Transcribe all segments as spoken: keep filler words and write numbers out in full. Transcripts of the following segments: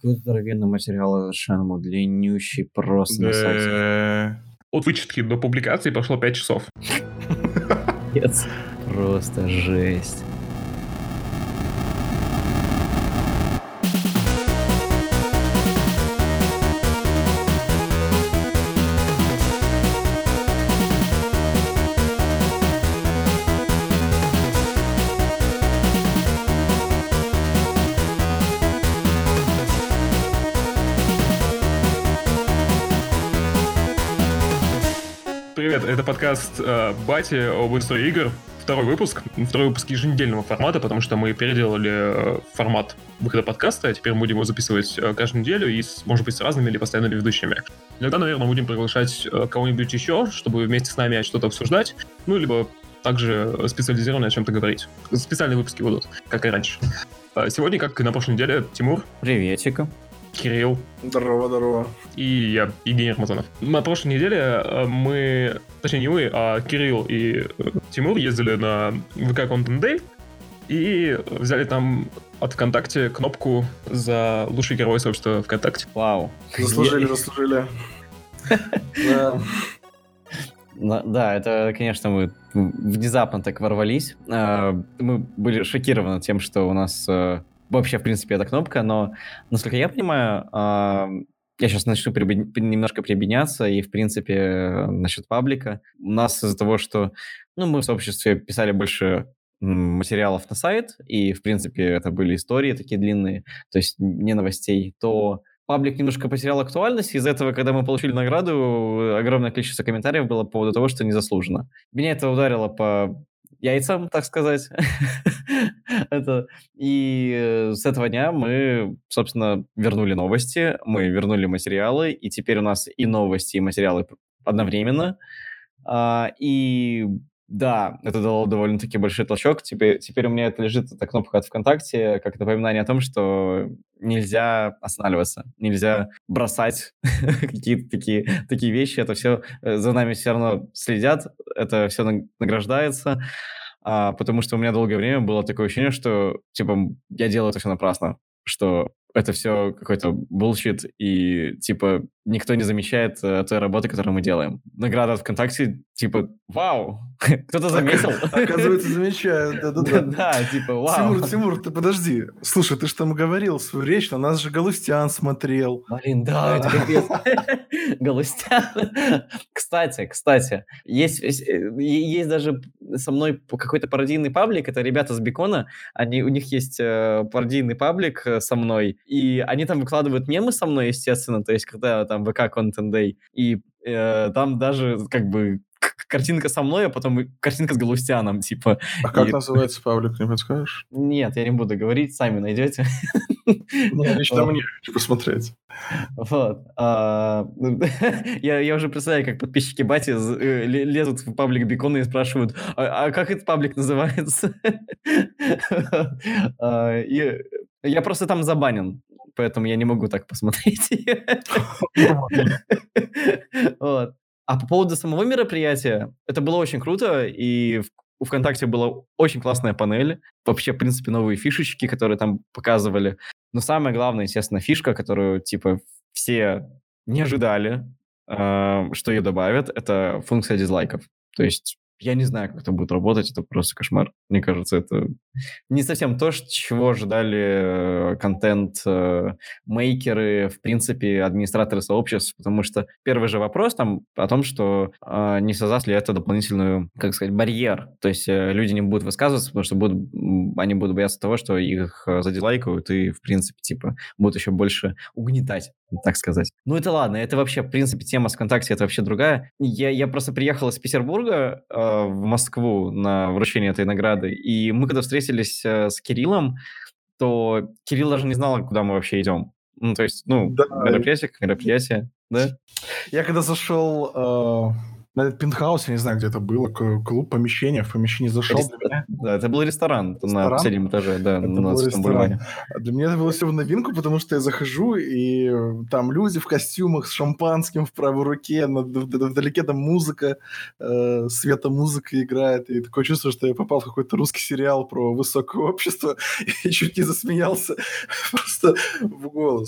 какой здоровенный материал Shenmue, длиннющий просто на сайте. Да. От вычетки до публикации прошло пять часов. Пиздец. Просто жесть. Привет, это подкаст э, Бати об истории игр. Второй выпуск. Второй выпуск еженедельного формата, потому что мы переделали э, формат выхода подкаста. Теперь мы будем его записывать э, каждую неделю и, с, может быть, с разными или постоянными ведущими. Иногда, наверное, будем приглашать э, кого-нибудь еще, чтобы вместе с нами что-то обсуждать. Ну, либо также специализированно о чем-то говорить. Специальные выпуски будут, как и раньше. А сегодня, как и на прошлой неделе, Тимур. Приветика. Кирилл. Здорово, здорово. И я, Евгений Армазонов. На прошлой неделе мы, точнее не мы, а Кирилл и Тимур ездили на ви кей Content Day и взяли там от ВКонтакте кнопку за лучшее игровое сообщество ВКонтакте. Вау. Заслужили, заслужили. Да, это, конечно, мы внезапно так ворвались. Мы были шокированы тем, что у нас... Вообще, в принципе, эта кнопка, но, насколько я понимаю, э, я сейчас начну прибед... немножко приобъединяться, и, в принципе, насчет паблика. У нас из-за того, что ну, мы в сообществе писали больше материалов на сайт, и, в принципе, это были истории такие длинные, то есть не новостей, то паблик немножко потерял актуальность, из-за этого, когда мы получили награду, огромное количество комментариев было по поводу того, что незаслуженно. Меня это ударило по... яйцам, так сказать. это. И с этого дня мы, собственно, вернули новости, мы вернули материалы, и теперь у нас и новости, и материалы одновременно. А, и да, это дало довольно-таки большой толчок. Теперь, теперь у меня это лежит, эта кнопка от ВКонтакте, как напоминание о том, что нельзя останавливаться, нельзя бросать какие-то такие, такие вещи. Это все за нами все равно следят, это все награждается. А, потому что у меня долгое время было такое ощущение, что, типа, я делаю это все напрасно, что это все какой-то булшит, и, типа, никто не замечает uh, той работы, которую мы делаем. Награда от ВКонтакте, типа, вау, кто-то заметил. Оказывается, замечают, да-да-да. Да, типа, вау. Тимур, Тимур, ты подожди. Слушай, ты же там говорил свою речь, на нас же Галустян смотрел. Блин, да, это капец. Галустян. Кстати, кстати, есть, есть даже со мной какой-то пародийный паблик, это ребята с Бекона, они, у них есть пародийный паблик со мной, и они там выкладывают мемы со мной, естественно, то есть когда там ви кей Content Day, и э, там даже как бы картинка со мной, а потом картинка с Галустяном, типа. А как и... называется паблик, не подскажешь? Нет, я не буду говорить, сами найдете. Нет, лично мне хочу посмотреть. Вот. А, я, я уже представляю, как подписчики Бати лезут в паблик Бекона и спрашивают, а, а как этот паблик называется? а, и я просто там забанен, поэтому я не могу так посмотреть. вот. А по поводу самого мероприятия, это было очень круто, и у ВКонтакте была очень классная панель, вообще, в принципе, новые фишечки, которые там показывали. Но самое главное, естественно, фишка, которую, типа, все не ожидали, э, что ее добавят, это функция дизлайков. То есть я не знаю, как это будет работать, это просто кошмар. Мне кажется, это не совсем то, чего ожидали контент-мейкеры, в принципе, администраторы сообществ, потому что первый же вопрос там о том, что э, не создаст ли это дополнительную, как сказать, барьер. То есть э, люди не будут высказываться, потому что будут, они будут бояться того, что их задизлайкают и, в принципе, типа, будут еще больше угнетать, так сказать. Ну, это ладно, это вообще, в принципе, тема с ВКонтакте, это вообще другая. Я, я просто приехал из Петербурга э, в Москву на вручение этой награды, и мы когда встретились э, с Кириллом, то Кирилл даже не знал, куда мы вообще идем. Ну, то есть, ну, да, мероприятие как мероприятие, да? Я когда зашел... Э... на этот пентхаус, я не знаю, где это было, клуб, помещение, в помещении зашел. Рест... Для меня... Да, это был ресторан, ресторан на последнем этаже, да, это на был ресторан. Для меня это было все в новинку, потому что я захожу, и там люди в костюмах с шампанским в правой руке, вдалеке там музыка, э, светомузыка играет, и такое чувство, что я попал в какой-то русский сериал про высокое общество, и чуть не засмеялся просто в голос.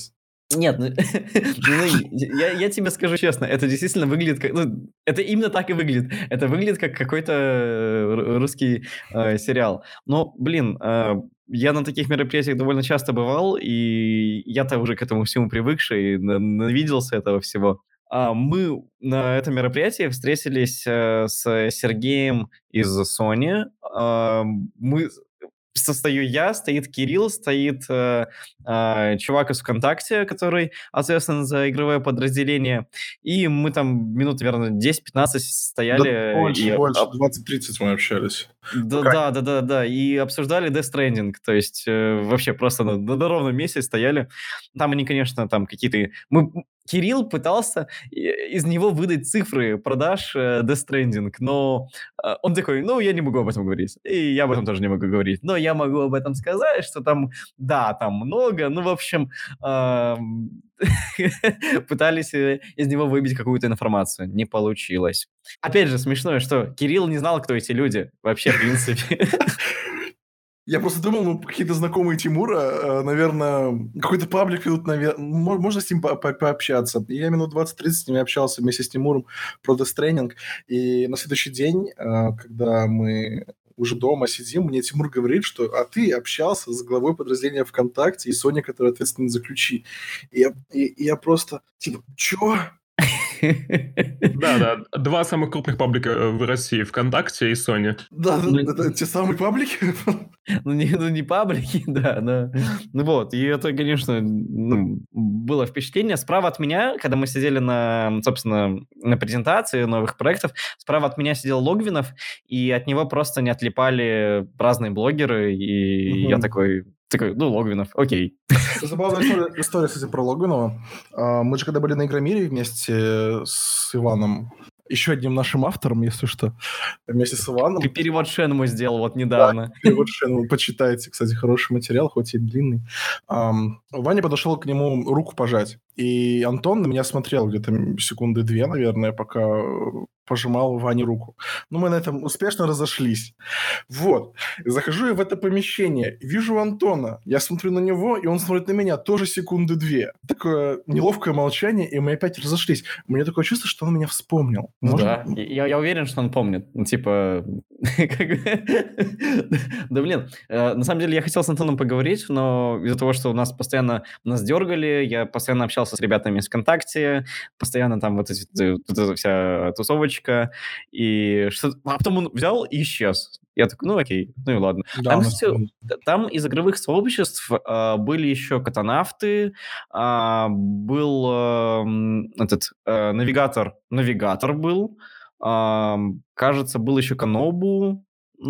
Нет, ну, ну, я, я тебе скажу честно, это действительно выглядит как... Ну, это именно так и выглядит. Это выглядит как какой-то э, русский э, сериал. Но, блин, э, я на таких мероприятиях довольно часто бывал, и я-то уже к этому всему привыкший, на- навиделся этого всего. А мы на этом мероприятии встретились э, с Сергеем из Sony. А, мы состою я, стоит Кирилл, стоит э, э, чувак из ВКонтакте, который ответственен за игровое подразделение. И мы там минут, наверное, десять-пятнадцать Да стояли больше, и больше, об- двадцать-тридцать мы общались. да, Пока. да, да, да, да, и обсуждали Death Stranding, то есть э, вообще просто на, на- на ровном месте стояли. Там они, конечно, там какие-то... Мы... Кирилл пытался э, из него выдать цифры продаж э, Death Stranding, но э, он такой, ну, я не могу об этом говорить, и я об этом тоже не могу говорить, но я могу об этом сказать, что там, да, там много, ну, в общем, ам, пытались э, из него выбить какую-то информацию, не получилось. Опять же, смешное, что Кирилл не знал, кто эти люди. Вообще, в принципе. Я просто думал, ну, какие-то знакомые Тимура, э, наверное, какой-то паблик ведут, наверное, можно с ним по- по- пообщаться. И я минут двадцать-тридцать с ними общался вместе с Тимуром про Death Stranding. И на следующий день, э, когда мы уже дома сидим, мне Тимур говорит, что а ты общался с главой подразделения ВКонтакте и Соня, которая ответственна за ключи. И я, и- и я просто, типа, чё? Да, да, два самых крупных паблика э, в России, ВКонтакте и Sony. Да, Ну, это те самые паблики? ну, не, ну, не паблики, да, но... Ну вот, и это, конечно, ну, было впечатление. Справа от меня, когда мы сидели на, собственно, на презентации новых проектов, справа от меня сидел Логвинов, и от него просто не отлипали разные блогеры, и я Мгм. такой, такой, ну, Логвинов, окей. Забавная история, история, кстати, про Логвинова. А, Мы же когда были на Игромире вместе с Иваном, еще одним нашим автором, если что, вместе с Иваном. Ты перевод Шенму сделал вот Да, недавно. перевод Шеннона. Почитайте, кстати, хороший материал, хоть и длинный. Ам, Ваня подошел к нему руку пожать. И Антон на меня смотрел где-то секунды две, наверное, пока э, пожимал Ване руку. Но мы на этом успешно разошлись. Вот. Захожу я в это помещение, вижу Антона. Я смотрю на него, и он смотрит на меня тоже секунды две. Такое неловкое молчание, и мы опять разошлись. У меня такое чувство, что он меня вспомнил. Ну Может да, быть? я, я уверен, что он помнит. Ну, типа, как бы- да блин, э, на самом деле я хотел с Антоном поговорить, но из-за того, что у нас постоянно нас дергали, я постоянно общался с ребятами из ВКонтакте, постоянно там вот, эти- вот эта вся тусовочка, и что а потом он взял и исчез. Я такой, ну окей, ну и ладно. Да, Там, у нас... кстати, т- там из игровых сообществ а, были еще катанавты, а, был эм, этот э, навигатор, навигатор был, ам, кажется, был еще Канобу.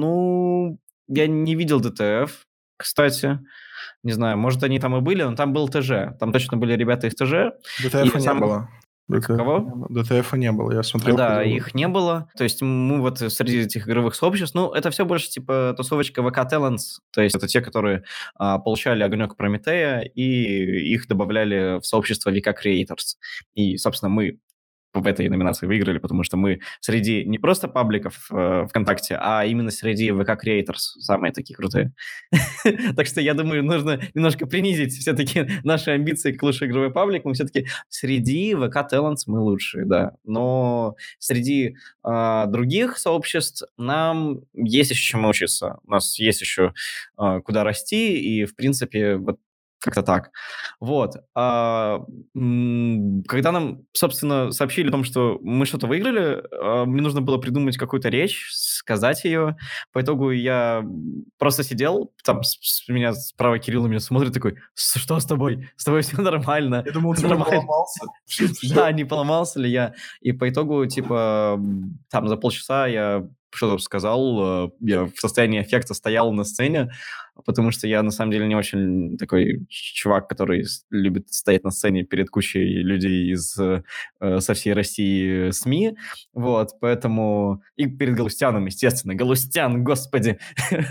Ну, я не видел ди ти эф, кстати. Не знаю, может, они там и были, но там был ТЖ. Там точно были ребята из ТЖ. И ДТФа не сам... было. ДТФ не Кого? было. ДТФа не было, я смотрел. Да, ходил. их не было. То есть мы вот среди этих игровых сообществ, ну, это все больше типа тусовочка ви кей Talents, то есть это те, которые а, получали огонек Прометея и их добавляли в сообщество ви кей Creators. И, собственно, мы в этой номинации выиграли, потому что мы среди не просто пабликов э, ВКонтакте, а именно среди ви кей Creators самые такие крутые. Так что я думаю, нужно немножко принизить все-таки наши амбиции к лучшей игровой паблик. Мы все-таки среди ви кей Talents мы лучшие, да. Но среди а, других сообществ нам есть еще чему учиться. У нас есть еще а, куда расти, и, в принципе, вот как-то так. Вот. А, м, когда нам, собственно, сообщили о том, что мы что-то выиграли, а, мне нужно было придумать какую-то речь, сказать ее. По итогу я просто сидел, там с, с меня справа Кирилл на меня смотрит такой, «С- что с тобой? С тобой все нормально? Я думал, Тимур Нормально. поломался. Всё, всё. Да, не поломался ли я. И по итогу, типа, м, там за полчаса я что-то сказал, э, я в состоянии эффекта стоял на сцене, потому что я, на самом деле, не очень такой ч- чувак, который с- любит стоять на сцене перед кучей людей из э, э, со всей России СМИ, вот, поэтому... И перед Галустяном, естественно. Галустян, господи!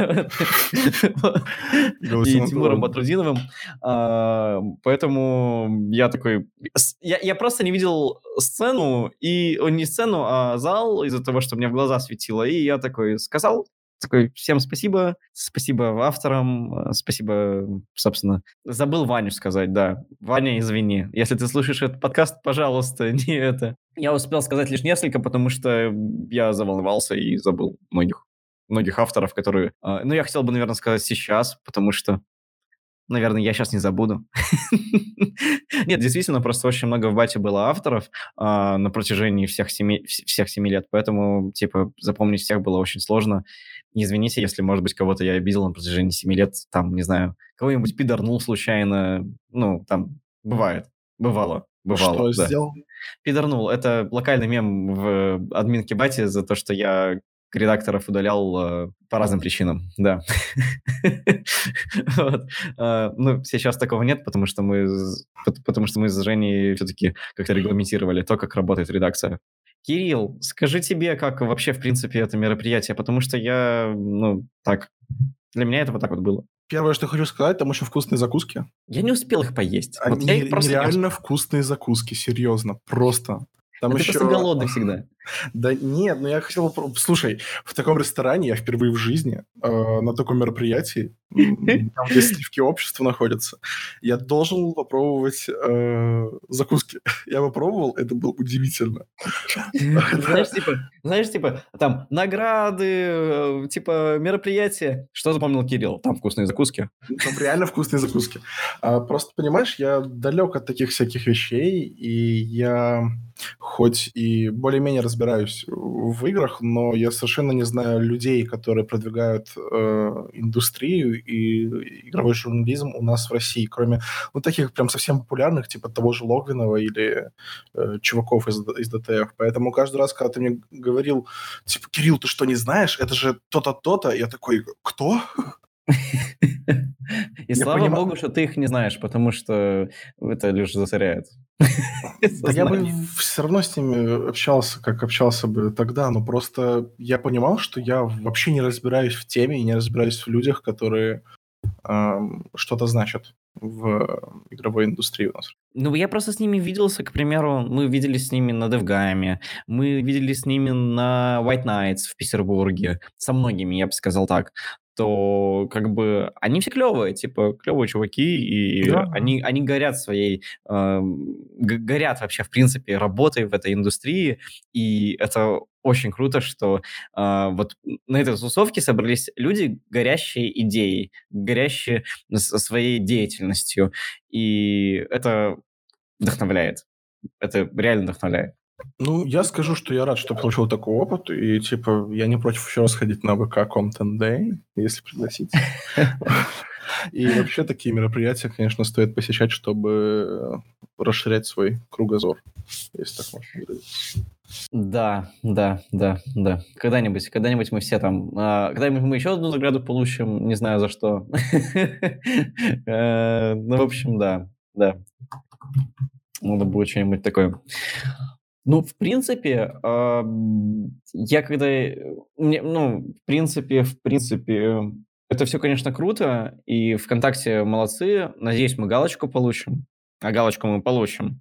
И Галустян Тимуром тоже. Батрудиновым. А, Поэтому я такой... с- Я, я просто не видел сцену, и о, не сцену, а зал из-за того, что мне в глаза светило. И я такой сказал, такой, всем спасибо, спасибо авторам, спасибо, собственно, забыл Ваню сказать, да. Ваня, извини, если ты слушаешь этот подкаст, пожалуйста, не это. Я успел сказать лишь несколько, потому что я заволновался и забыл многих, многих авторов, которые... э, Ну, я хотел бы, наверное, сказать сейчас, потому что, наверное, я сейчас не забуду. Нет, действительно, просто очень много в бате было авторов а, на протяжении всех семи, вс- всех семи лет, поэтому, типа, запомнить всех было очень сложно. Не извините, если, может быть, кого-то я обидел на протяжении семи лет, там, не знаю, кого-нибудь пидорнул случайно, ну, там, бывает, бывало, бывало, Что да. сделал? Пидорнул. Это локальный мем в админке бати за то, что я редакторов удалял э, по разным причинам, да. Вот. А, Ну, сейчас такого нет, потому что мы, с- пот- потому что мы с Женей все-таки как-то регламентировали то, как работает редакция. Кирилл, скажи тебе, как вообще, в принципе, это мероприятие, потому что я, ну, так, для меня это вот так вот было. Первое, что хочу сказать, там очень вкусные закуски. Я не успел их поесть. Вот Они я их просто не успел. нереально вкусные закуски, серьезно, просто. Там Да ты еще... просто голодный всегда. Да нет, ну я хотел... попро- Слушай, в таком ресторане я впервые в жизни, э, на таком мероприятии, м, там, где сливки общества находятся, я должен был попробовать э, закуски. Я попробовал, это было удивительно. Знаешь, типа, знаешь, типа, там, награды, э, типа, мероприятия. Что запомнил Кирилл? Там вкусные закуски. Там реально вкусные закуски. А, просто, понимаешь, я далек от таких всяких вещей, и я хоть и более-менее разбираюсь в играх, но я совершенно не знаю людей, которые продвигают э, индустрию и игровой журнализм у нас в России, кроме, ну, таких прям совсем популярных, типа того же Логвинова или э, чуваков из, из ди ти эф. Поэтому каждый раз, когда ты мне говорил, типа, Кирилл, ты что, не знаешь? Это же то-то, то-то. Я такой, кто? И Я слава понимаю. богу, что ты их не знаешь, потому что это лишь засоряет Да я бы сознание. все равно с ними общался, как общался бы тогда, но просто я понимал, что я вообще не разбираюсь в теме и не разбираюсь в людях, которые ам, что-то значат в игровой индустрии у нас. Ну, я просто с ними виделся, к примеру, мы виделись с ними на DevGAM, мы виделись с ними на White Nights в Петербурге, со многими, я бы сказал так, то как бы они все клевые, типа клевые чуваки, и Да, они, они горят своей, эм, г- горят вообще, в принципе, работой в этой индустрии, и это очень круто, что э, вот на этой тусовке собрались люди, горящие идеей, горящие с- своей деятельностью, и это вдохновляет. Это реально вдохновляет. ну, я скажу, что я рад, что получил такой опыт, и, типа, я не против еще раз ходить на ВК Content Day, если пригласите. И вообще такие мероприятия, конечно, стоит посещать, чтобы расширять свой кругозор, если так можно говорить. Да, да, да, да. Когда-нибудь, когда-нибудь мы все там... а, когда-нибудь мы еще одну награду получим, не знаю за что. Э, Ну, в общем, да, да. Надо будет что-нибудь такое. Ну, в принципе, ам, я когда... э, мне, ну, в принципе, в принципе, это все, конечно, круто, и ВКонтакте молодцы. Надеюсь, мы галочку получим. А галочку мы получим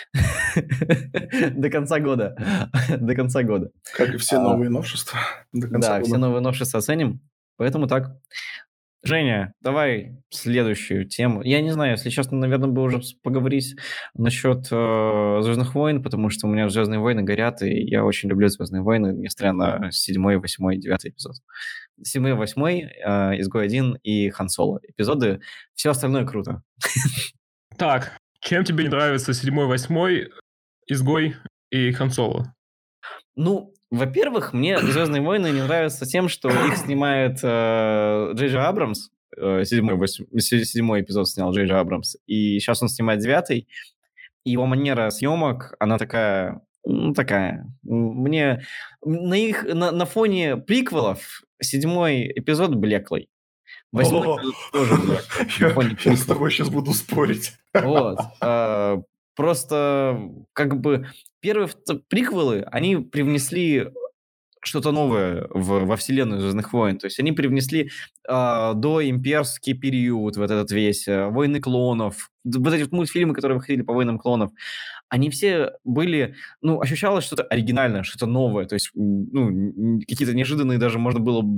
до конца года. До конца года. Как и все А, новые новшества до конца Да, все года. новые новшества оценим. Поэтому так. Женя, давай следующую тему. Я не знаю, если честно, наверное, бы уже с- поговорить насчет э, Звездных войн, потому что у меня Звездные войны горят, и я очень люблю Звездные войны, несмотря на седьмой, восьмой, девятый эпизод. Седьмой, восьмой, э, Изгой один и Хан Соло. Эпизоды, все остальное круто. Так, чем тебе не нравится седьмой, восьмой, Изгой и Хан Соло? Ну, во-первых, мне Звездные войны не нравятся тем, что их снимает э, Джей Джей Абрамс. Э, седьмой, восьм- се- седьмой эпизод снял Джей Джей Абрамс. И сейчас он снимает девятый. И его манера съемок, она такая, ну, такая. М, Мне на их на, на фоне приквелов седьмой эпизод блеклый. Восьмой О, эпизод тоже блеклый на Я фоне я с приквелов. тобой сейчас буду спорить. Вот. а, Просто как бы первые вт- приквелы, они привнесли что-то новое в, во вселенную Звездных войн. То есть они привнесли а, доимперский период, вот этот весь, а, войны клонов, д- вот эти вот мультфильмы, которые выходили по войнам клонов, они все были, ну, ощущалось что-то оригинальное, что-то новое, то есть, м, ну, н- какие-то неожиданные даже можно было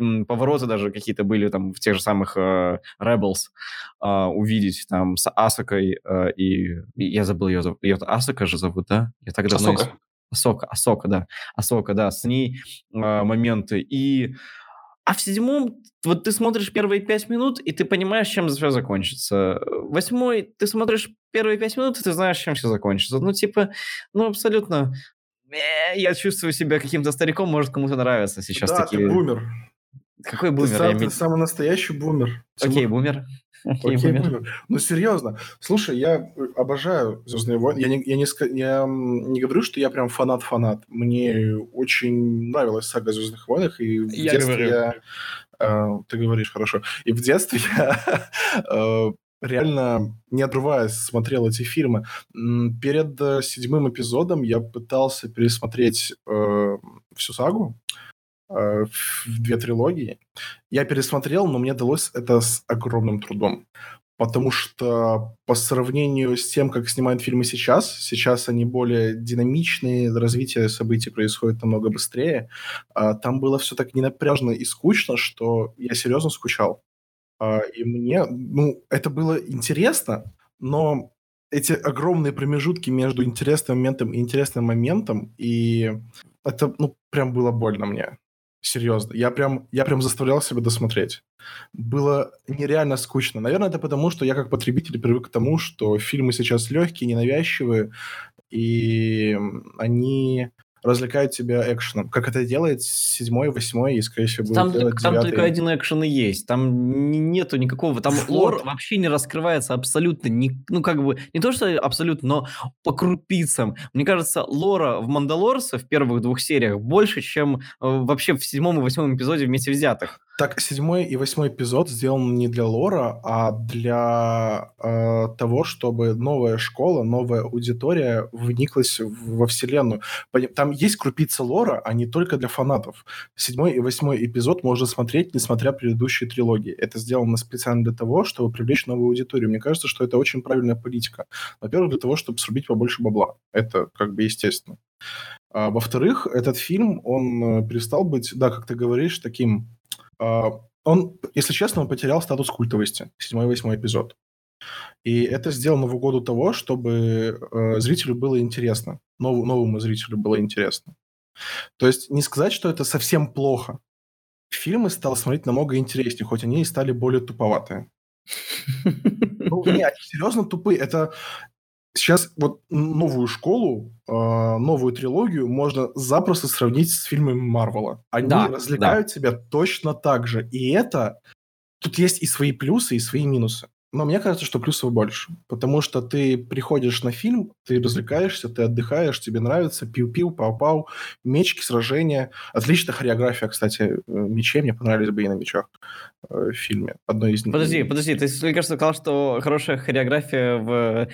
м, повороты даже какие-то были там в тех же самых э, Rebels э, увидеть там с Асокой э, и, и я забыл ее, зов- ее Асока же зовут, да? Я так давно... Асока. Асока, Асока, да. Асока, да, с ней э, моменты. И... А в седьмом, вот ты смотришь первые пять минут, и ты понимаешь, чем все закончится. Восьмой, ты смотришь первые пять минут, и ты знаешь, чем все закончится. Ну, типа, ну, абсолютно... Э, Я чувствую себя каким-то стариком, может, кому-то нравятся сейчас Да, ты такие... бумер. Какой Ты, бумер? Я сам, ты име- самый настоящий бумер. Окей, Тимур. бумер. Окей, Окей, бумер. бумер. Ну, серьезно. Слушай, я обожаю «Звездные войны». Я не, я, не, ска- я м, не говорю, что я прям фанат-фанат. Мне очень нравилась сага о «Звездных войнах», и в Я детстве говорю. я... э, ты говоришь, хорошо. И в детстве я э, реально, не отрываясь, смотрел эти фильмы. М, Перед э, седьмым эпизодом я пытался пересмотреть э, всю сагу, э, в в две трилогии. Я пересмотрел, но мне далось это с огромным трудом. Потому что по сравнению с тем, как снимают фильмы сейчас, сейчас они более динамичные, развитие событий происходит намного быстрее. а, Там было все так ненапряжно и скучно, что я серьезно скучал. А, И мне, ну, это было интересно, но эти огромные промежутки между интересным моментом и интересным моментом, и это, ну, прям было больно мне. Серьезно. Я прям, я прям заставлял себя досмотреть. Было нереально скучно. Наверное, это потому, что я как потребитель привык к тому, что фильмы сейчас легкие, ненавязчивые, и м, они развлекают тебя экшеном. Как это делает седьмой, восьмой и, скорее всего, будет Там, делать только- там только девятый. один экшен и есть. Там н- нету никакого... Там лор Вот. вообще не раскрывается абсолютно. ни- ну, как бы... Не то, что абсолютно, но по крупицам. Мне кажется, лора в «Мандалорце» в первых двух сериях больше, чем э, вообще в седьмом и восьмом эпизоде вместе взятых. Так, седьмой и восьмой эпизод сделан не для лора, а для э, того, чтобы новая школа, новая аудитория вниклась в- во вселенную. Пони- Там есть крупица лора, а не только для фанатов. Седьмой и восьмой эпизод можно смотреть, несмотря предыдущие трилогии. Это сделано специально для того, чтобы привлечь новую аудиторию. Мне кажется, что это очень правильная политика. Во-первых, для того, чтобы срубить побольше бабла. Это как бы естественно. А, во-вторых, этот фильм, он э, перестал быть, да, как ты говоришь, таким... а, он, если честно, он потерял статус культовости, седьмой и восьмой эпизод. И это сделано в угоду того, чтобы э, зрителю было интересно, нов- новому зрителю было интересно. То есть не сказать, что это совсем плохо. Фильмы стал смотреть намного интереснее, хоть они и стали более туповатые. Ну, не, они серьезно тупые. Это сейчас вот новую школу, э, новую трилогию можно запросто сравнить с фильмами Марвела. Они Да, да. развлекают тебя точно так же. И это... Тут есть и свои плюсы, и свои минусы. Но мне кажется, что плюсов больше. Потому что ты приходишь на фильм, ты развлекаешься, ты отдыхаешь, тебе нравится, пиу-пиу, пау-пау, мечки, сражения. Отличная хореография, кстати, э, мечей. Мне понравились бы и на мечах э, в фильме. Одно из... Подожди, подожди, ты только что сказал, что хорошая хореография в,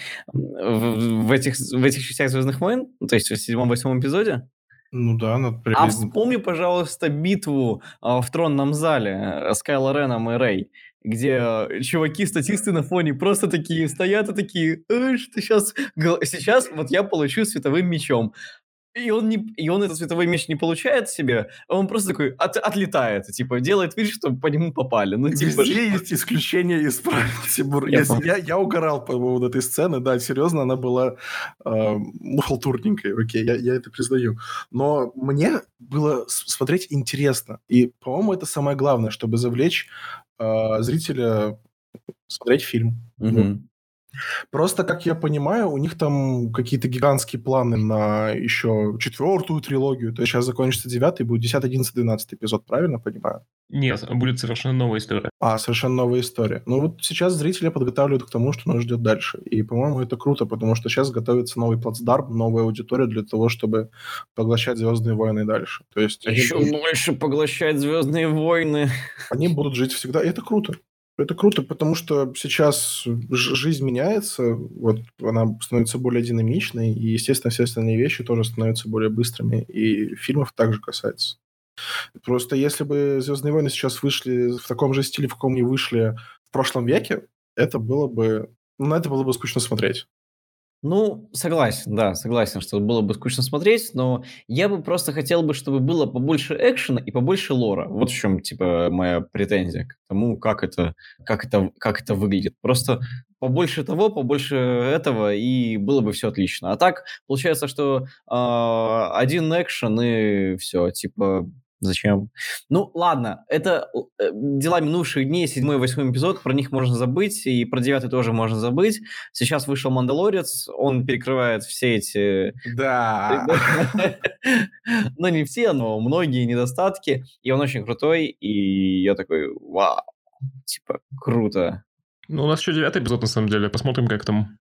в, в этих, в этих частях «Звездных войн», ну, то есть в седьмом-восьмом эпизоде? Ну да, надо... А привез- вспомни, пожалуйста, битву а, в тронном зале э, с Кайло Реном и Рэй, где э, чуваки-статисты на фоне просто такие стоят и такие, «Э, что сейчас... Сейчас вот я получу световым мечом». И он, не, и он этот световой меч не получает себе, а он просто такой от- отлетает, типа делает вид, что по нему попали. Ну, типа, Везде что? есть исключения из правил, Тимур. Я Я, понял. я, я угорал по поводу этой сцены, да, серьезно, она была э, ну, халтурненькой, окей, я, я это признаю. Но мне было с- смотреть интересно. И, по-моему, это самое главное, чтобы завлечь э, зрителя смотреть фильм. Вот. Мгм. Просто, как я понимаю, у них там какие-то гигантские планы на еще четвертую трилогию. То есть сейчас закончится девятый, будет десятый, одиннадцатый, двенадцатый эпизод, правильно понимаю? Нет, будет совершенно новая история. А, совершенно новая история. Ну вот сейчас зрители подготавливают к тому, что нас ждет дальше. И, по-моему, это круто, потому что сейчас готовится новый плацдарм, новая аудитория для того, чтобы поглощать «Звездные войны» дальше. То есть они, Еще больше поглощать «Звездные войны». они будут жить всегда. И это круто. Это круто, потому что сейчас ж- жизнь меняется, вот она становится более динамичной, и, естественно, все остальные вещи тоже становятся более быстрыми, и фильмов также касается. Просто если бы «Звездные войны» сейчас вышли в таком же стиле, в каком они вышли в прошлом веке, это было бы... Ну, на это было бы скучно смотреть. Ну, согласен, да, согласен, что было бы скучно смотреть, но я бы просто хотел бы, чтобы было побольше экшена и побольше лора. Вот в чем, типа, моя претензия к тому, как это, как это, как это выглядит. Просто побольше того, побольше этого, и было бы все отлично. А так, получается, что а, один экшен и все, типа, зачем? Ну, ладно, это э, дела минувших дней, седьмой и восьмой эпизод, про них можно забыть, и про девятый тоже можно забыть. Сейчас вышел «Мандалорец», он перекрывает все эти... Да. Ну, не все, но многие недостатки, и он очень крутой, и я такой, вау, типа, круто. Ну, у нас еще девятый эпизод, на самом деле. Посмотрим, как там.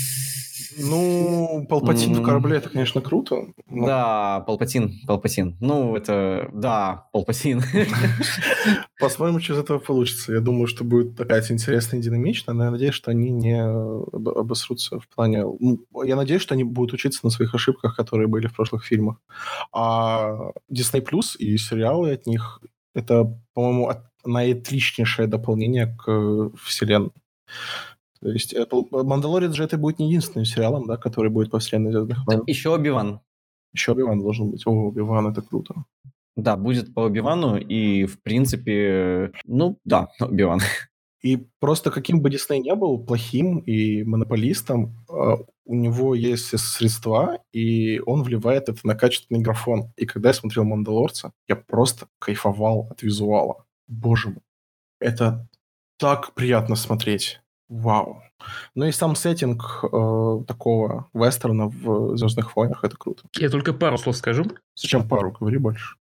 Ну, Палпатин в корабле, это, конечно, круто. но- Да, Палпатин, Палпатин. Ну, это, да, Палпатин. Посмотрим, что из этого получится. Я думаю, что будет опять интересно и динамично, но я надеюсь, что они не об- обосрутся в плане... Ну, я надеюсь, что они будут учиться на своих ошибках, которые были в прошлых фильмах. А Disney Plus и сериалы от них — это, по-моему, от- наотличнейшее дополнение к э, вселенной. То есть э, пол- «Мандалорец» же это будет не единственным сериалом, да, который будет по вселенной «Звездных войн». Еще Оби-Ван. Еще Оби-Ван должен быть. О, Оби-Ван, это круто. Да, будет по Оби-Вану, и, в принципе, ну, да, Оби-Ван. И просто каким бы Дисней не был плохим и монополистом, э, у него есть все средства, и он вливает это на качественный графон. И когда я смотрел «Мандалорца», я просто кайфовал от визуала. Боже мой. Это так приятно смотреть. Вау. Ну и сам сеттинг э, такого вестерна в «Звездных войнах» — это круто. Я только пару слов скажу. Зачем пару? Говори больше.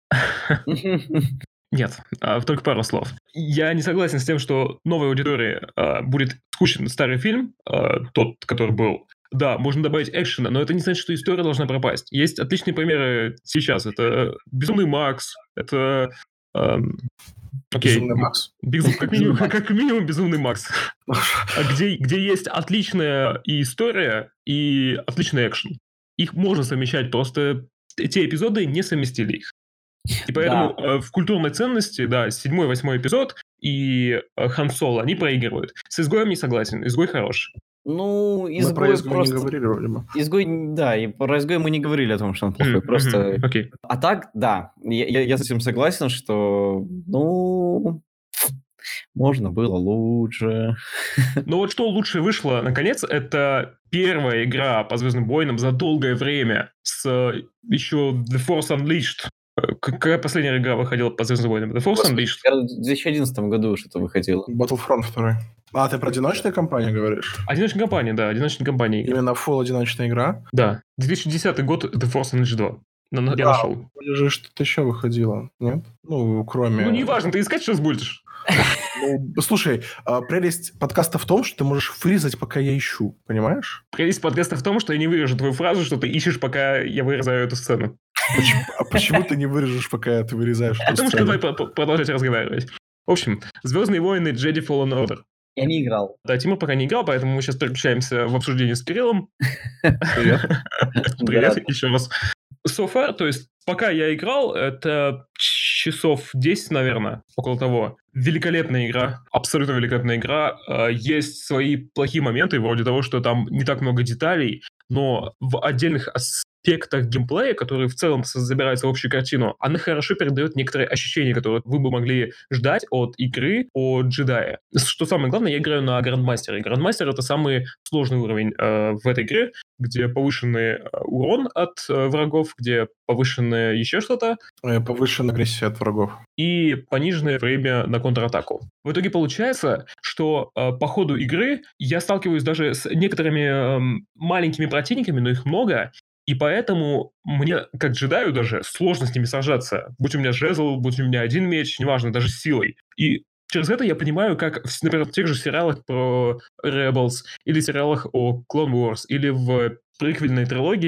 Нет, а, только пару слов. Я не согласен с тем, что новой аудитории а, будет скучен старый фильм, а, тот, который был. Да, можно добавить экшена, но это не значит, что история должна пропасть. Есть отличные примеры сейчас. Это «Безумный Макс», это... эм, окей, «Безумный Макс». Безум- как, минимум, «Безумный Макс». как минимум «Безумный Макс», А где, где есть отличная и история, и отличный экшен. Их можно совмещать, просто те эпизоды не совместили их. И поэтому Да. э, в культурной ценности, да, седьмой, восьмой эпизод и э, Хан Соло, они проигрывают. С «Изгоем» не согласен, «Изгой» хорош. Ну, Мы про изгой «Изгой» просто... не говорили вроде бы. Изгой, да, и про изгой мы не говорили о том, что он плохой, М, просто... мгм, Окей. А так, да, я, я, я с этим согласен, что, ну, можно было лучше. Но вот что лучше вышло, наконец, это первая игра по «Звездным войнам» за долгое время с э, еще The Force Unleashed. Э, Какая последняя игра выходила по «Звездным войнам»? The Force Господи, Unleashed. я в две тысячи одиннадцатом году что-то выходило. Battlefront два. А, ты про одиночную кампанию говоришь? Одиночная кампания, да, одиночная кампания. игра. Именно full одиночная игра? Да. две тысячи десятый год The Force Unleashed два. На- на- Я Да. нашел. Вроде же что-то еще выходило, нет? Ну, кроме... Ну, неважно, ты искать сейчас будешь. Ну, слушай, а, прелесть подкаста в том, что ты можешь вырезать, пока я ищу, понимаешь? Прелесть подкаста в том, что я не вырежу твою фразу, что ты ищешь, пока я вырезаю эту сцену. Почему, а почему ты не вырежешь, пока ты вырезаешь эту Потому что сцену? давай по- по- продолжать разговаривать. В общем, «Звездные войны» Jedi Fallen Order. Я не играл. Да, Тимур пока не играл, поэтому мы сейчас переключаемся в обсуждение с Кириллом. Привет. Привет Да. еще раз. So far, то есть пока я играл, это часов десять, наверное, около того. Великолепная игра, абсолютно великолепная игра. Э, Есть свои плохие моменты, вроде того, что там не так много деталей, но в отдельных аспектах геймплея, которые в целом с- забираются в общую картину, она хорошо передает некоторые ощущения, которые вы бы могли ждать от игры о джедае. Что самое главное, я играю на Грандмастере. Грандмастер — это самый сложный уровень э, в этой игре, где повышенный э, урон от э, врагов, где повышенное еще что-то, Э, Повышенная агрессия от врагов. и пониженное время на контратаку. В итоге получается, что э, по ходу игры я сталкиваюсь даже с некоторыми эм, маленькими противниками, но их много, и поэтому мне, как джедаю даже, сложно с ними сражаться. Будь у меня жезл, будь у меня один меч, неважно, даже с силой. И через это я понимаю, как, в, например, в тех же сериалах про Rebels, или сериалах о Clone Wars, или в приквельной трилогии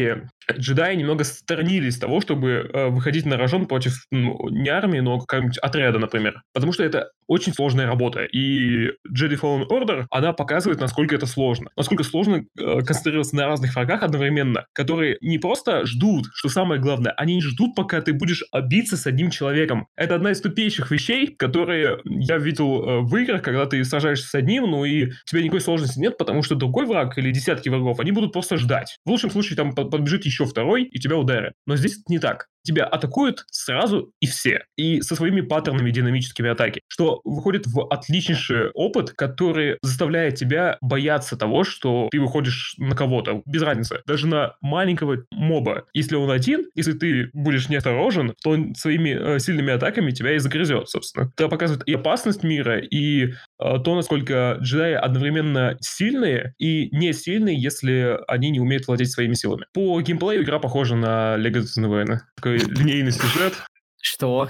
джедаи немного сторонились того, чтобы э, выходить на рожон против ну, не армии, но какого-нибудь отряда, например. Потому что это очень сложная работа. И Jedi Fallen Order, она показывает, насколько это сложно. Насколько сложно э, концентрироваться на разных врагах одновременно, которые не просто ждут, что самое главное, они не ждут, пока ты будешь биться с одним человеком. Это одна из тупейших вещей, которые я видел э, в играх, когда ты сражаешься с одним, ну и у тебя никакой сложности нет, потому что другой враг или десятки врагов, они будут просто ждать. В лучшем случае там подбежит еще второй, и тебя ударят. Но здесь это не так. Тебя атакуют сразу и все. И со своими паттернами динамическими атаки. Что выходит в отличнейший опыт, который заставляет тебя бояться того, что ты выходишь на кого-то. Без разницы. Даже на маленького моба. Если он один, если ты будешь неосторожен, то он своими э, сильными атаками тебя и загрызет, собственно. Это показывает и опасность мира, и э, то, насколько джедаи одновременно сильные и не сильные, если они не умеют владеть своими силами. По геймплею игра похожа на Лего Звездные войны. Такой линейный сюжет. Что?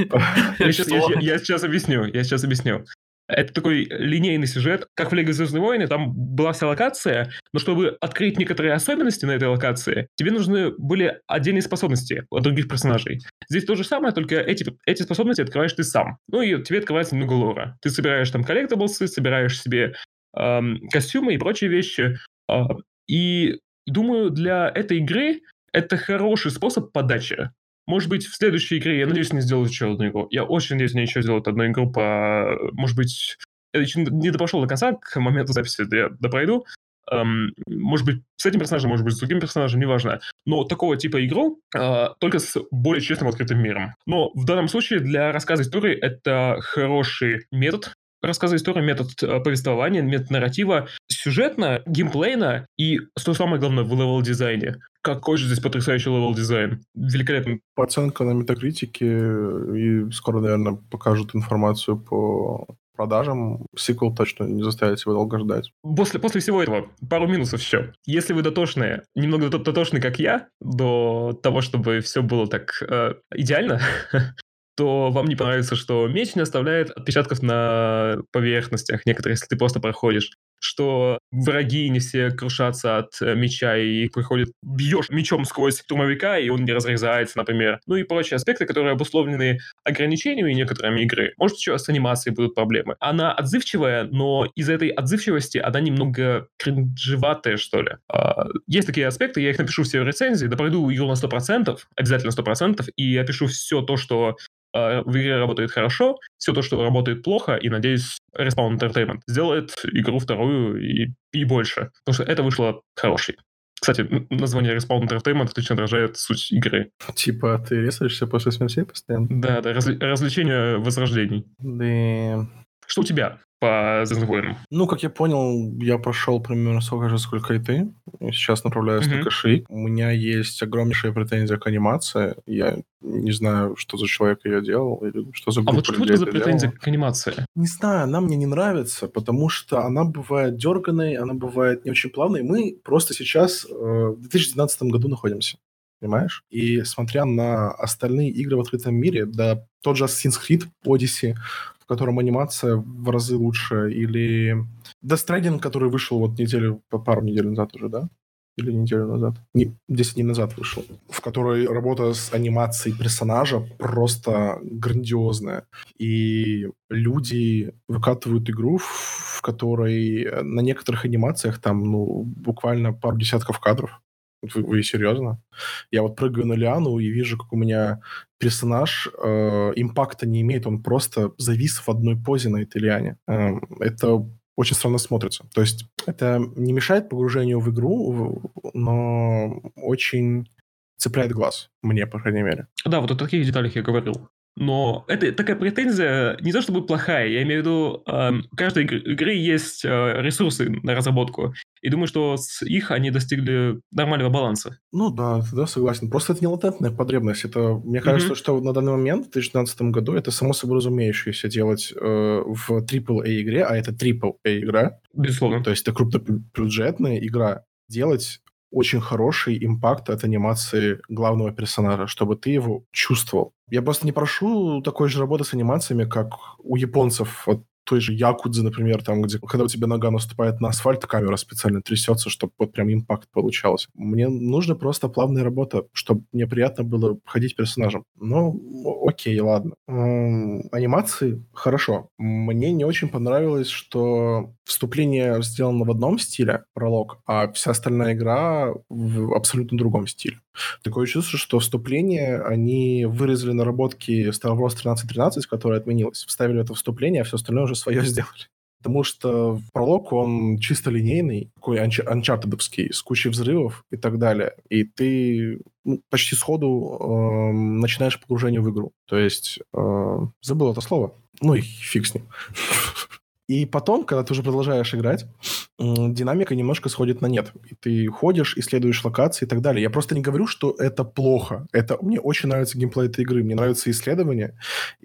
Я сейчас, я, я сейчас объясню, я сейчас объясню. Это такой линейный сюжет, как в Лего Звездные войны, там была вся локация, но чтобы открыть некоторые особенности на этой локации, тебе нужны были отдельные способности от других персонажей. Здесь то же самое, только эти, эти способности открываешь ты сам. Ну и тебе открывается много лора. Ты собираешь там коллектаблсы, собираешь себе эм, костюмы и прочие вещи. Э, и думаю, для этой игры это хороший способ подачи. Может быть, в следующей игре, я надеюсь, они сделают еще одну игру. Я очень надеюсь, они еще сделают одну игру по... Может быть, я еще не допошел до конца, к моменту записи я допройду. Эм, может быть, с этим персонажем, может быть, с другим персонажем, неважно. Но такого типа игру, э, только с более честным открытым миром. Но в данном случае для рассказа истории это хороший метод рассказа истории, метод э, повествования, метод нарратива, сюжетно, геймплейно и, что самое главное, в левел-дизайне. Какой же здесь потрясающий левел-дизайн. Великолепный. Оценка на Метакритике, и скоро, наверное, покажут информацию по продажам. Сиквел точно не заставит себя долго ждать. После, после всего этого пару минусов еще. Если вы дотошные, немного дотошные, как я, до того, чтобы все было так э, идеально, то вам не понравится, что меч не оставляет отпечатков на поверхностях некоторых, если ты просто проходишь. Что враги не все крушатся от меча и приходят, бьешь мечом сквозь штурмовика, и он не разрезается, например. Ну и прочие аспекты, которые обусловлены ограничениями некоторыми игры. Может, еще с анимацией будут проблемы. Она отзывчивая, но из-за этой отзывчивости она немного кринжеватая, что ли. Есть такие аспекты, я их напишу все в рецензии, да пройду игру на сто процентов, обязательно сто процентов, и опишу все то, что в игре работает хорошо, все то, что работает плохо, и, надеюсь, Respawn Entertainment сделает игру вторую и, и больше. Потому что это вышло хорошей. Кстати, название Respawn Entertainment отлично отражает суть игры. Типа ты резаешься после смерти постоянно? Да, да, разли- развлечение возрождений. Да. Что у тебя по Звездным войнам? Ну, как я понял, я прошел примерно столько же, сколько и ты. Сейчас направляюсь Мгм. на Каши. У меня есть огромнейшая претензия к анимации. Я не знаю, что за человек ее делал, или что за А группа вот что у людей тебя за это претензия делала. к анимации? Не знаю, она мне не нравится, потому что она бывает дерганой, она бывает не очень плавной. Мы просто сейчас э, в две тысячи двенадцатом году находимся, понимаешь? И смотря на остальные игры в открытом мире, да, тот же Assassin's Creed Odyssey, в котором анимация в разы лучше, или Death Stranding, который вышел вот неделю, пару недель назад уже, да? Или неделю назад? Не, десять дней назад вышел. В которой работа с анимацией персонажа просто грандиозная. И люди выкатывают игру, в которой на некоторых анимациях там, ну, буквально пару десятков кадров. Вы, вы серьезно? Я вот прыгаю на лиану и вижу, как у меня персонаж э, импакта не имеет, он просто завис в одной позе на этой лиане. Э, это очень странно смотрится. То есть это не мешает погружению в игру, но очень цепляет глаз. Мне, по крайней мере. Да, вот о таких деталях я говорил. Но это такая претензия не то чтобы плохая, я имею в виду, э, у каждой игры, игры есть э, ресурсы на разработку, и думаю, что с их они достигли нормального баланса. Ну да, да, согласен. Просто это не латентная потребность. Это, мне кажется, Мгм. что на данный момент, в две тысячи двенадцатом году, это само собой разумеющееся делать э, в трипл эй игре, а это трипл эй игра, Безусловно. то есть это крупнобюджетная игра, делать очень хороший импакт от анимации главного персонажа, чтобы ты его чувствовал. Я просто не прошу такой же работы с анимациями, как у японцев. Вот той же Якудзе, например, там, где, когда у тебя нога наступает на асфальт, камера специально трясется, чтобы вот прям импакт получался. Мне нужна просто плавная работа, чтобы мне приятно было ходить персонажем. Ну, окей, ладно. М, Анимации хорошо. Мне не очень понравилось, что вступление сделано в одном стиле, пролог, а вся остальная игра в абсолютно другом стиле. Такое чувство, что вступление они вырезали наработки Star Wars тринадцать тринадцать, которая отменилась, вставили это вступление, а все остальное уже свое сделали. Потому что пролог, он чисто линейный, такой анч- анчартедовский, с кучей взрывов и так далее. И ты ну, почти сходу эм, начинаешь погружение в игру. То есть, э, забыл это слово. Ну и фиг с ним. И потом, когда ты уже продолжаешь играть, м, динамика немножко сходит на нет. И ты ходишь, исследуешь локации и так далее. Я просто не говорю, что это плохо. Это мне очень нравится геймплей этой игры. Мне нравятся исследования.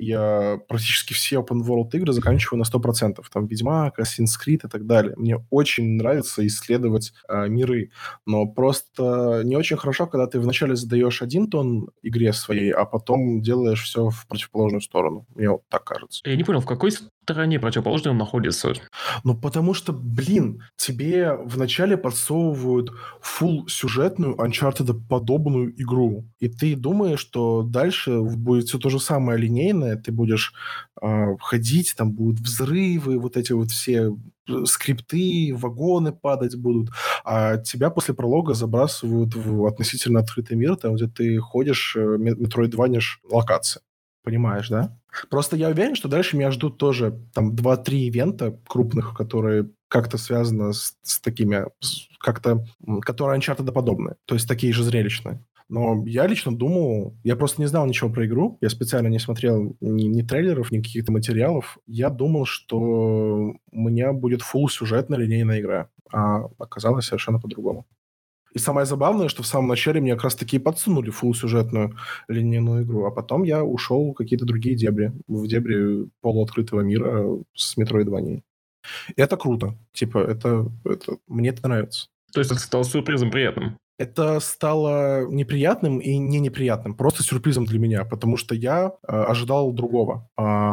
Я практически все open world игры заканчиваю на сто процентов. Там Ведьмак, Assassin's Creed и так далее. Мне очень нравится исследовать э, миры. Но просто не очень хорошо, когда ты вначале задаешь один тон игре своей, а потом делаешь все в противоположную сторону. Мне вот так кажется. Я не понял, в какой стороне противоположной он находится? Ну, потому что, блин, тебе вначале подсовывают full сюжетную Uncharted-подобную игру. И ты думаешь, что дальше будет все то же самое линейное, ты будешь э, ходить, там будут взрывы, вот эти вот все э, скрипты, вагоны падать будут, а тебя после пролога забрасывают в относительно открытый мир, там, где ты ходишь, э, метроидванишь локации. Понимаешь, да? Просто я уверен, что дальше меня ждут тоже там два-три ивента крупных, которые как-то связаны с, с такими, с- как-то, м, которые Uncharted-подобные, то есть такие же зрелищные. Но я лично думал, я просто не знал ничего про игру, я специально не смотрел ни, ни трейлеров, ни каких-то материалов. Я думал, что у меня будет full сюжетная линейная игра, а оказалось совершенно по-другому. И самое забавное, что в самом начале мне как раз-таки и подсунули фулл-сюжетную линейную игру, а потом я ушел в какие-то другие дебри, в дебри полуоткрытого мира с Metroidvania. И это круто. Типа, это, это... мне это нравится. То есть это стало сюрпризом приятным. Это стало неприятным и не неприятным, просто сюрпризом для меня, потому что я э, ожидал другого.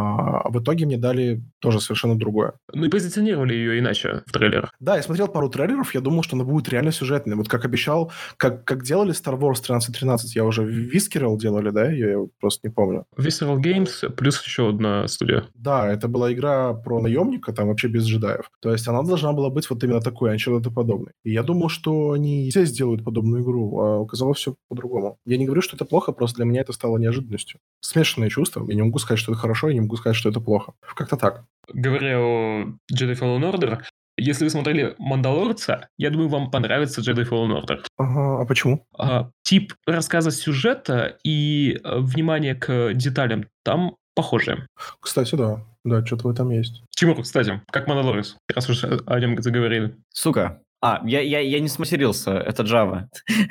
А в итоге мне дали тоже совершенно другое. Ну и позиционировали ее иначе в трейлерах. Да, я смотрел пару трейлеров, я думал, что она будет реально сюжетной. Вот как обещал, как, как делали Star Wars тринадцать тринадцать, я уже Visceral делали, да? Я, я просто не помню. Visceral Games плюс еще одна студия. Да, это была игра про наемника, там вообще без джедаев. То есть она должна была быть вот именно такой, а что-то подобное. И я думал, что они все сделают подобную игру, а оказалось все по-другому. Я не говорю, что это плохо, просто для меня это стало неожиданностью. Смешанные чувства. Я не могу сказать, что это хорошо, я не могу сказать, что это плохо. Как-то так. Говоря о Jedi Fallen Order, если вы смотрели «Мандалорца», я думаю, вам понравится Jedi Fallen Order. Ага, а почему? А, тип рассказа сюжета и э, внимание к деталям там похожи. Кстати, да. Да, что-то в этом есть. Тимур, кстати, как «Мандалорец», раз уж о нем заговорили. Сука. А, я, я, я не сматерился, это Java.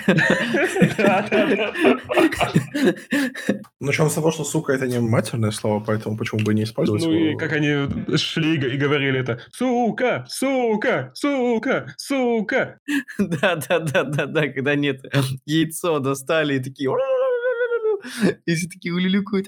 Ну, начнем с того, что сука это не матерное слово, поэтому почему бы и не использовать Ну его? и как они шли и говорили это: «Сука! Сука! Сука! Сука!» Да-да-да-да-да, когда нет, яйцо достали и такие... И все такие улюлюкают.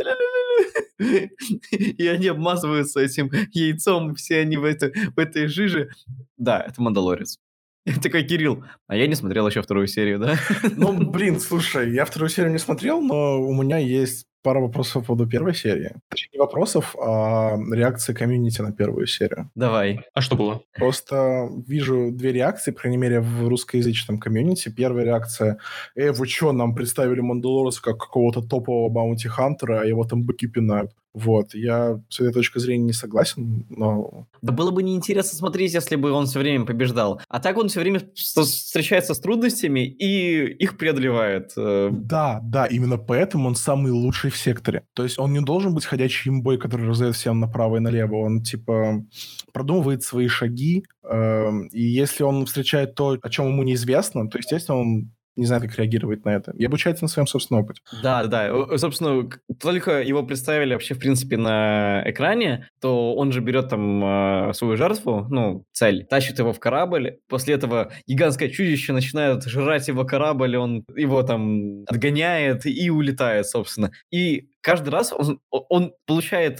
И они обмазываются этим яйцом, все они в, это, в этой жиже. Да, это Мандалорец. Такой, Кирилл, а я не смотрел еще вторую серию, да? Ну, блин, слушай, я вторую серию не смотрел, но у меня есть пара вопросов по поводу первой серии. Точнее, не вопросов, а реакции комьюнити на первую серию. Давай. А что было? Просто вижу две реакции, по крайней мере, в русскоязычном комьюнити. Первая реакция: «Э, вы что, нам представили Мандалорца как какого-то топового баунти-хантера, а его там быки пинают». Вот, я с этой точки зрения не согласен, но... Да было бы неинтересно смотреть, если бы он все время побеждал. А так он все время с- встречается с трудностями и их преодолевает. Э, Да, да, именно поэтому он самый лучший в секторе. То есть он не должен быть ходячий имбой, который раздает всем направо и налево. Он, типа, продумывает свои шаги, эм, и если он встречает то, о чем ему неизвестно, то, естественно, он не знает, как реагировать на это. И обучается на своем собственном опыте. Да, да. Э, Собственно, к- только его представили вообще, в принципе, на экране, то он же берет там э, свою жертву, ну, цель, тащит его в корабль. После этого гигантское чудище начинает жрать его корабль, он его там отгоняет и улетает, собственно. И каждый раз он, он получает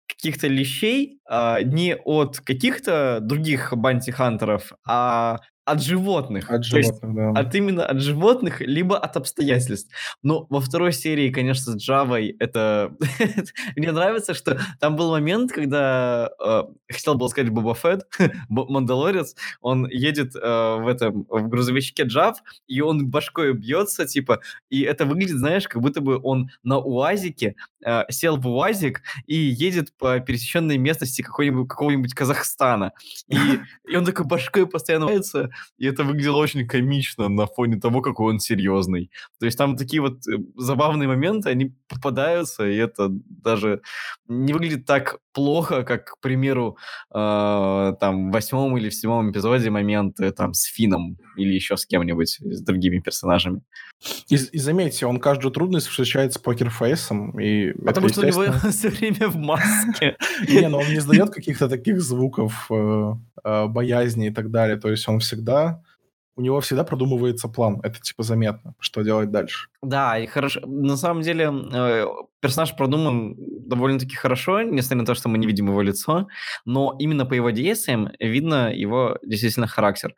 каких-то лещей а, не от каких-то других баунти-хантеров, а от животных. От То есть животных, да. от именно от животных, либо от обстоятельств. Но во второй серии, конечно, с Джавой это... Мне нравится, что там был момент, когда... э, хотел было сказать Боба Фетт, Бо- Мандалорец, он едет э, в этом в грузовичке Джав, и он башкой бьется, типа, и это выглядит, знаешь, как будто бы он на УАЗике э, сел в УАЗик и едет по пересеченной местности какой-нибудь, какого-нибудь Казахстана. И, и он такой башкой постоянно валяется, и это выглядело очень комично на фоне того, какой он серьезный. То есть там такие вот э, забавные моменты, они попадаются, и это даже не выглядит так плохо, как, к примеру, э, там в восьмом или в седьмом эпизоде моменты там с Финном или еще с кем-нибудь, с другими персонажами. И, и заметьте, он каждую трудность встречает с покерфейсом, и Потому это, что у него естественно... все время в маске. Не, но он не издает каких-то таких звуков э, э, боязни и так далее. То есть он всегда... У него всегда продумывается план. Это типа заметно, что делать дальше. Да, и хорошо. На самом деле э, персонаж продуман довольно-таки хорошо, несмотря на то, что мы не видим его лицо, но именно по его действиям видно его действительно характер.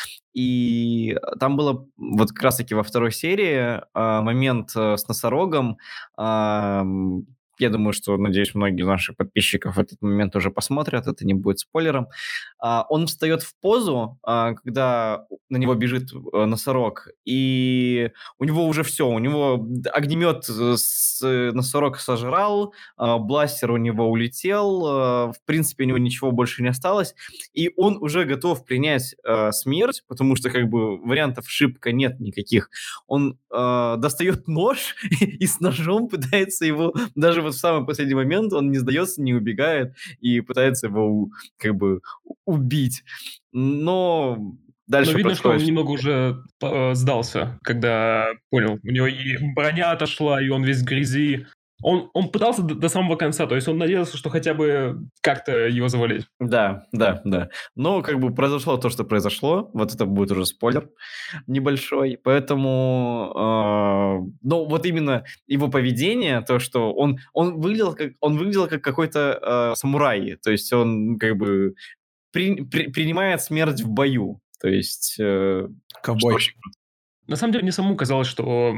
И там было вот как раз-таки во второй серии э, момент э, с носорогом. э, Я думаю, что, надеюсь, многие из наших подписчиков этот момент уже посмотрят, это не будет спойлером. А, Он встает в позу, а, когда на него бежит э, носорог, и у него уже все, у него д- огнемет э, с э, носорог сожрал, а, бластер у него улетел, э, в принципе, у него ничего больше не осталось, и он уже готов принять э, смерть, потому что как бы вариантов шибко нет никаких. Он э, достает нож и с ножом пытается его, даже вот в самый последний момент, он не сдается, не убегает и пытается его у- как бы у- убить. Но Но дальше видно, что он происходит... немного уже э, сдался, когда понял, у него и броня отошла, и он весь в грязи. Он, он пытался до, до самого конца, то есть он надеялся, что хотя бы как-то его завалить. Да, да, да. Но как бы произошло то, что произошло. Вот это будет уже спойлер небольшой. Поэтому, э, ну вот именно его поведение, то, что он, он выглядел как, он выглядел как какой-то э, самурай. То есть он как бы при- при- принимает смерть в бою. То есть... э, что Ковбой. очень круто. На самом деле, мне самому казалось, что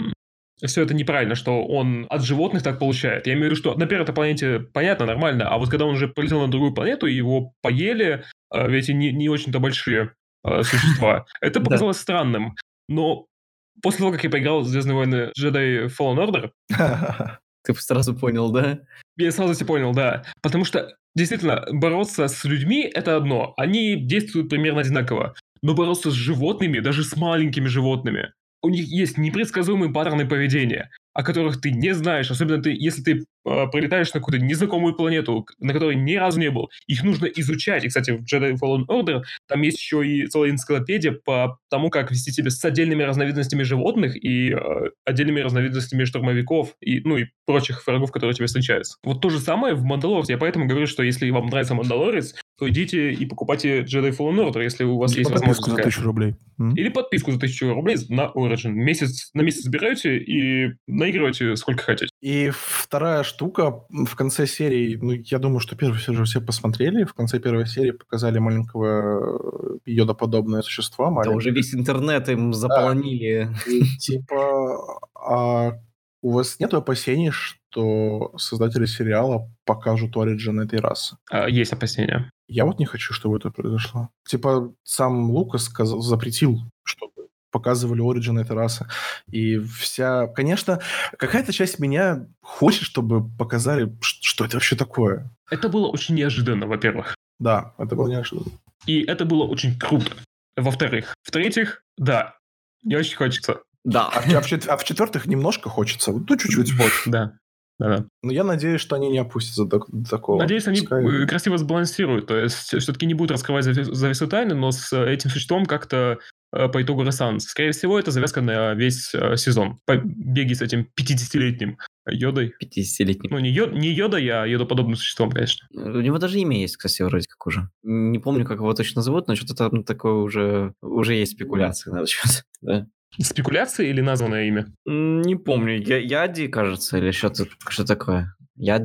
все это неправильно, что он от животных так получает. Я имею в виду, что на первой планете понятно, нормально, а вот когда он уже полетел на другую планету, и его поели э, эти не, не очень-то большие э, существа, это Да. показалось странным. Но после того, как я поиграл в «Звездные войны» Jedi Fallen Order, Ты сразу понял, да? я сразу все понял, да. Потому что, действительно, бороться с людьми – это одно. Они действуют примерно одинаково. Но бороться с животными, даже с маленькими животными, у них есть непредсказуемые паттерны поведения, о которых ты не знаешь, особенно ты, если ты э, прилетаешь на какую-то незнакомую планету, на которой ни разу не был. Их нужно изучать. И, кстати, в Jedi Fallen Order там есть еще и целая энциклопедия по тому, как вести себя с отдельными разновидностями животных и э, отдельными разновидностями штурмовиков и, ну, и прочих врагов, которые тебе встречаются. Вот то же самое в «Мандалорце». Я поэтому говорю, что если вам нравится «Мандалорец», то идите и покупайте Jedi Fallen Order, если у вас есть возможность. Подписку за тысячу рублей. М? Или подписку за тысячу рублей на Origin. Месяц, на месяц берете и наигрывайте сколько хотите. И вторая штука в конце серии, ну, я думаю, что первую серию все посмотрели. В конце первой серии показали маленького э, йодоподобное существо. Да маленькое. уже весь интернет им заполонили. И типа, а у вас нет опасений, что создатели сериала покажут Origin этой расы? А, есть опасения. Я вот не хочу, чтобы это произошло. Типа, сам Лукас сказал, запретил, чтобы показывали Origin этой расы. И вся... Конечно, какая-то часть меня хочет, чтобы показали, ш- что это вообще такое. Это было очень неожиданно, во-первых. Да, это было неожиданно. И это было очень круто. Во-вторых. В-третьих, да, не очень хочется. Да. А, в- а в чет- а в-четвертых, немножко хочется. Вот, ну, чуть-чуть. Вот, да. Да-да. Но я надеюсь, что они не опустятся до, до такого. Надеюсь, они Пускай- э, красиво сбалансируют. То есть все-таки не будут раскрывать зави- завесу тайны, но с этим существом как-то э, по итогу расстанутся. Скорее всего, это завязка на весь э, сезон. Побеги с этим пятидесятилетним Йодой. пятидесятилетний. Ну, не, йод, не Йодой, а йодоподобным существом, конечно. У него даже имя есть, кстати, вроде как уже. Не помню, как его точно зовут, но что-то там такое уже... Уже есть спекуляции на этот счет. Да. Спекуляция или названное имя? М, Не помню. Я- Яди, кажется, или что-то что такое. Яди.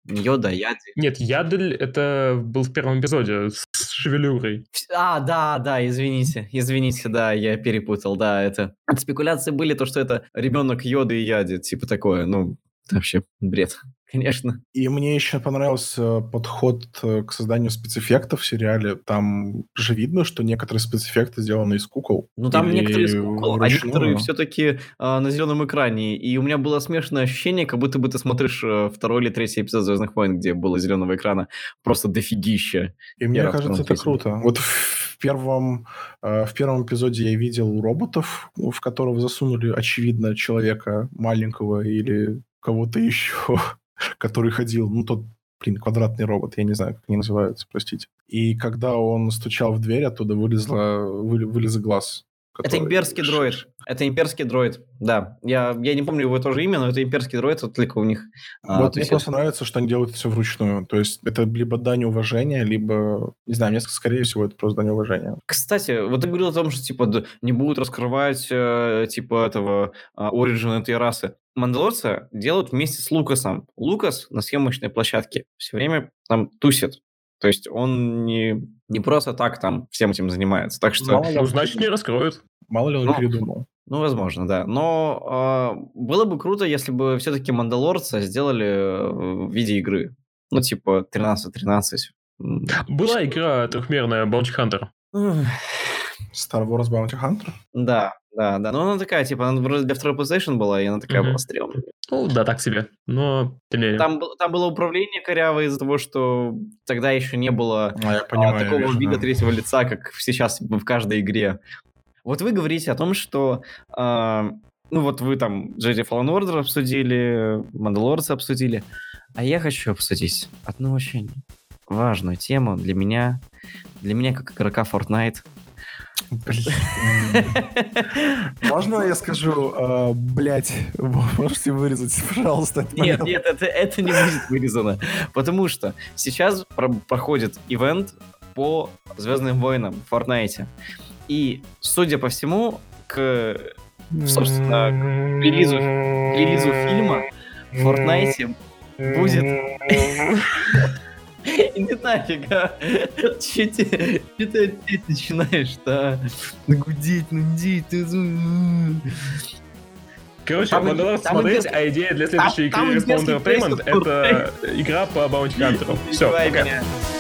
Не Йода, а Яди. Нет, Ядель это был в первом эпизоде с шевелюрой. А, да, да, извините, извините, да, я перепутал, да, это... Спекуляции были, то, что это ребенок Йоды и Яди, типа такое, ну, это вообще бред, конечно. И мне еще понравился подход к созданию спецэффектов в сериале. Там же видно, что некоторые спецэффекты сделаны из кукол. Ну, там Или некоторые из кукол, а вручную. некоторые все-таки а, на зеленом экране. И у меня было смешанное ощущение, как будто бы ты смотришь а, второй или третий эпизод «Звездных войн», где было зеленого экрана просто дофигища. И мне Я кажется, это круто. Вот в первом, э, в первом эпизоде я видел роботов, в которого засунули, очевидно, человека маленького или кого-то еще, который ходил, ну, тот, блин, квадратный робот, я не знаю, как они называются, простите. И когда он стучал в дверь, оттуда вылезла, вы, вылез глаз. Это имперский дроид. Это имперский дроид, да. Я, я не помню его тоже имя, но это имперский дроид, вот только у них... Вот а, мне просто это... нравится, что они делают это все вручную. То есть это либо дань уважения, либо... Не знаю, мне, скорее всего, это просто дань уважения. Кстати, вот ты говорил о том, что типа не будут раскрывать э, типа этого оригин э, этой расы. Мандалорцы делают вместе с Лукасом. Лукас на съемочной площадке все время там тусит. То есть он не, не просто так там всем этим занимается. Так что... Ну, значит, не раскроют. Мало ли он ну, передумал. Ну, возможно, да. Но э, было бы круто, если бы все-таки Мандалорца сделали в виде игры. Ну, типа тринадцать тринадцать. Была игра трехмерная Bounty Hunter. Star Wars Bounty Hunter? Да, да, да. Но она такая, типа, она вроде для второй PlayStation была, и она такая mm-hmm. была стрёмная. Ну, да, так себе. Но, тем не менее. Там, там было управление корявое из-за того, что тогда еще не было а, я понимаю, а, такого вижу, вида да. третьего лица, как сейчас в каждой игре. Вот вы говорите о том, что, э, ну вот вы там Jedi Fallen Order обсудили, Мандалорца обсудили, а я хочу обсудить одну очень важную тему для меня, для меня как игрока Fortnite. Можно я скажу, э, блять, можете вырезать, пожалуйста? Нет, нет, это, это не будет вырезано, потому что сейчас про- проходит ивент по Звездным войнам в Fortnite. И, судя по всему, к, собственно, к релизу, к релизу фильма в Fortnite будет... Иди нафиг, а? Че ты опять начинаешь-то? Гудеть, нудеть. Короче, Мандалорец смотреть, а идея для следующей игры Respawn Entertainment — это игра по Bounty Hunter. Все, пока.